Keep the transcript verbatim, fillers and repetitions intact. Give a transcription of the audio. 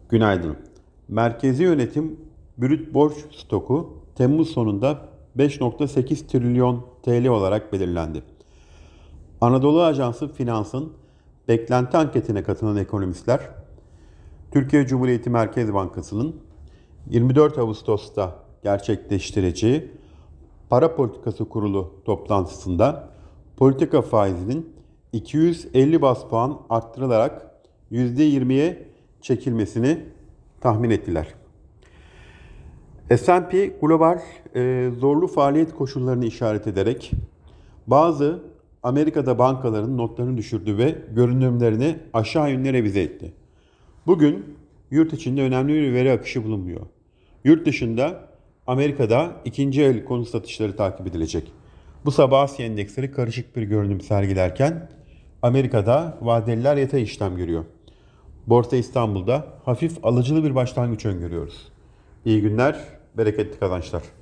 Günaydın. Merkezi Yönetim brüt borç stoku Temmuz sonunda beş nokta sekiz trilyon T L olarak belirlendi. Anadolu Ajansı Finans'ın beklenti anketine katılan ekonomistler, Türkiye Cumhuriyeti Merkez Bankası'nın yirmi dört Ağustos'ta gerçekleştireceği Para Politikası Kurulu toplantısında politika faizinin iki yüz elli baz puan arttırılarak yüzde yirmiye çekilmesini tahmin ettiler. S and P Global e, zorlu faaliyet koşullarını işaret ederek bazı Amerika'da bankaların notlarını düşürdü ve görünümlerini aşağı yönlü revize etti. Bugün yurt içinde önemli bir veri akışı bulunmuyor. Yurt dışında Amerika'da ikinci el konut satışları takip edilecek. Bu sabah Asya endeksleri karışık bir görünüm sergilerken Amerika'da vadeliler yatay işlem görüyor. Borsa İstanbul'da hafif alıcılı bir başlangıç öngörüyoruz. İyi günler, bereketli kazançlar.